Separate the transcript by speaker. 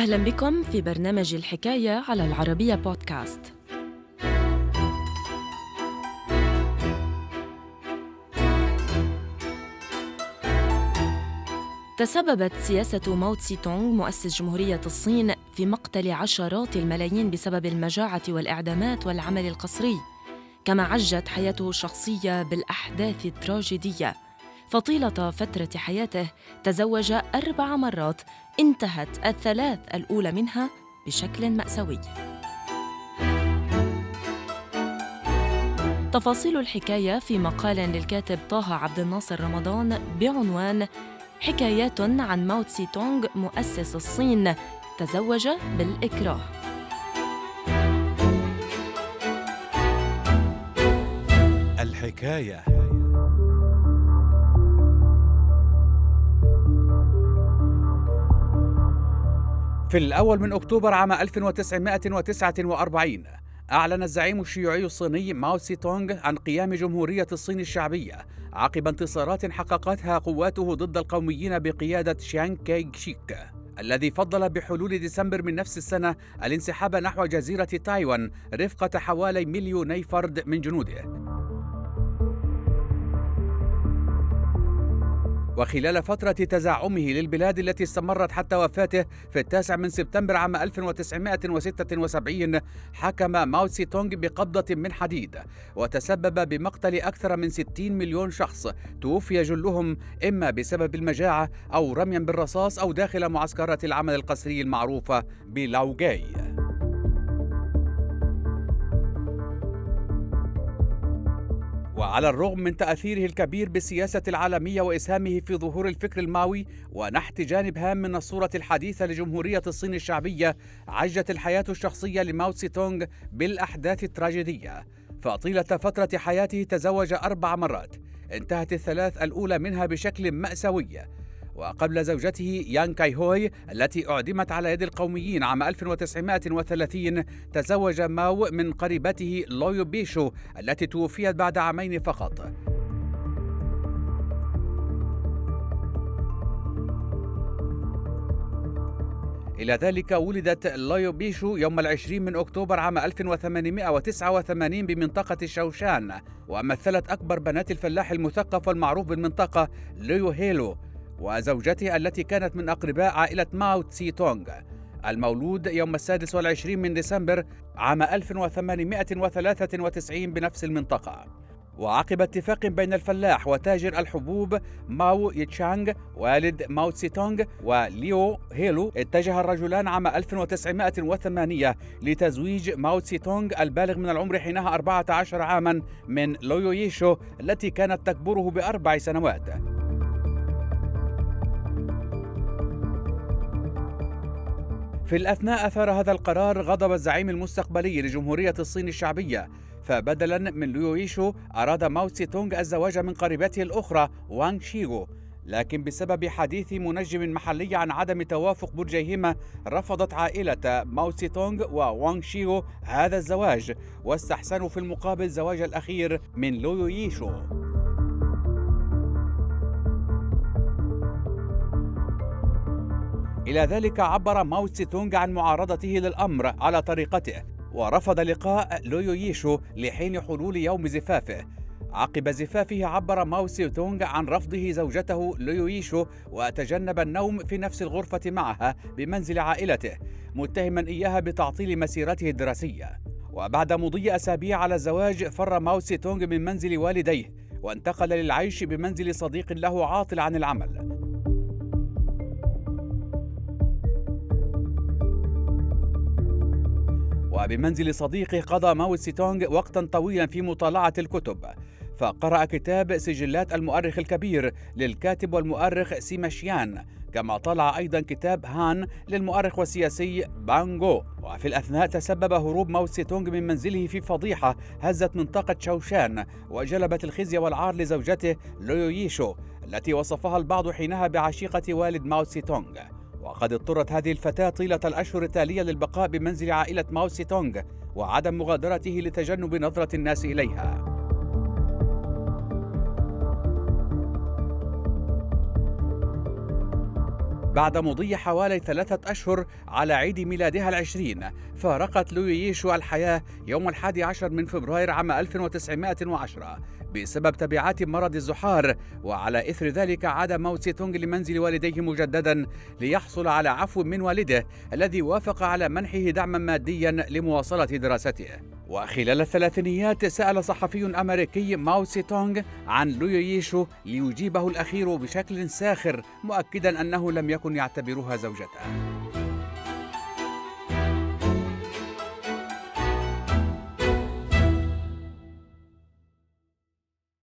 Speaker 1: أهلا بكم في برنامج الحكاية على العربية بودكاست. تسببت سياسة ماو تسي تونغ مؤسس جمهورية الصين في مقتل عشرات الملايين بسبب المجاعة والإعدامات والعمل القسري، كما عجت حياته الشخصية بالأحداث التراجيدية. فطيلة فترة حياته تزوج 4 مرات انتهت الثلاث الأولى منها بشكل مأساوي. تفاصيل الحكاية في مقال للكاتب طه عبد الناصر رمضان بعنوان حكايات عن ماو تسي تونغ مؤسس الصين تزوج بالإكراه.
Speaker 2: الحكاية. في الأول من أكتوبر عام 1949 أعلن الزعيم الشيوعي الصيني ماو تسي تونغ عن قيام جمهورية الصين الشعبية عقب انتصارات حققتها قواته ضد القوميين بقيادة شيانغ كاي شيك، الذي فضل بحلول ديسمبر من نفس السنة الانسحاب نحو جزيرة تايوان رفقة حوالي 2 مليون فرد من جنوده. وخلال فترة تزعمه للبلاد التي استمرت حتى وفاته في 9 من سبتمبر عام 1976 حكم ماو تسي تونغ بقبضة من حديد، وتسبب بمقتل أكثر من 60 مليون شخص توفي جلهم إما بسبب المجاعة أو رميا بالرصاص أو داخل معسكرات العمل القسري المعروفة بلاوغاي. وعلى الرغم من تأثيره الكبير بالسياسة العالمية وإسهامه في ظهور الفكر الماوي ونحت جانب هام من الصورة الحديثة لجمهورية الصين الشعبية، عجت الحياة الشخصية لماو تسي تونغ بالأحداث التراجيدية. فطيلة فترة حياته تزوج 4 مرات انتهت الثلاث الأولى منها بشكل مأساوي. وقبل زوجته يانغ كاي هوي التي أعدمت على يد القوميين عام 1930 تزوج ماو من قريبته لويو بيشو التي توفيت بعد 2 عام فقط. إلى ذلك ولدت لويو بيشو يوم 20 من أكتوبر عام 1889 بمنطقة الشوشان، ومثلت أكبر بنات الفلاح المثقف والمعروف بالمنطقة ليو هيلو وزوجته التي كانت من أقرباء عائلة ماو تسي تونغ، المولود يوم 26 من ديسمبر عام 1893 بنفس المنطقة. وعقب اتفاق بين الفلاح وتاجر الحبوب ماو يتشانغ والد ماو تسي تونغ وليو هيلو، اتجه الرجلان عام 1908 لتزويج ماو تسي تونغ البالغ من العمر حينها 14 عاما من لويو ييشو التي كانت تكبره ب4 سنوات. في الأثناء أثار هذا القرار غضب الزعيم المستقبلي لجمهورية الصين الشعبية، فبدلاً من ليو ييشو أراد ماو تسي تونغ الزواج من قريبته الأخرى وانغ شيغو، لكن بسبب حديث منجم محلي عن عدم توافق برجيهما رفضت عائلة ماو تسي تونغ ووانغ شيغو هذا الزواج، واستحسنوا في المقابل زواج الأخير من ليو ييشو. إلى ذلك عبر ماو تسي تونغ عن معارضته للأمر على طريقته، ورفض لقاء لويو ييشو لحين حلول يوم زفافه. عقب زفافه عبر ماو تسي تونغ عن رفضه زوجته لويو ييشو وتجنب النوم في نفس الغرفة معها بمنزل عائلته، متهما إياها بتعطيل مسيرته الدراسية. وبعد مضي أسابيع على الزواج فر ماو تسي تونغ من منزل والديه وانتقل للعيش بمنزل صديق له عاطل عن العمل. وبمنزل صديقه قضى ماو تسي تونغ وقتا طويلا في مطالعة الكتب، فقرأ كتاب سجلات المؤرخ الكبير للكاتب والمؤرخ سيما شيان، كما طالع أيضا كتاب هان للمؤرخ والسياسي بانغو. وفي الأثناء تسبب هروب ماو تسي تونغ من منزله في فضيحة هزت منطقة شوشان وجلبت الخزي والعار لزوجته لويو ييشو التي وصفها البعض حينها بعشيقة والد ماو تسي تونغ. وقد اضطرت هذه الفتاة طيلة الأشهر التالية للبقاء بمنزل عائلة ماو تسي تونغ وعدم مغادرته لتجنب نظرة الناس إليها. بعد مضي حوالي 3 أشهر على عيد ميلادها العشرين، فارقت لو ييشو الحياة يوم 11 من فبراير عام 1910 بسبب تبعات مرض الزحار، وعلى إثر ذلك عاد ماو تسي تونغ لمنزل والديه مجددا ليحصل على عفو من والده الذي وافق على منحه دعما ماديا لمواصلة دراسته. وخلال الثلاثينيات سأل صحفي أمريكي ماو تسي تونغ عن لو ييشو ليجيبه الأخير بشكل ساخر، مؤكدا أنه لم يكن يعتبرها زوجته.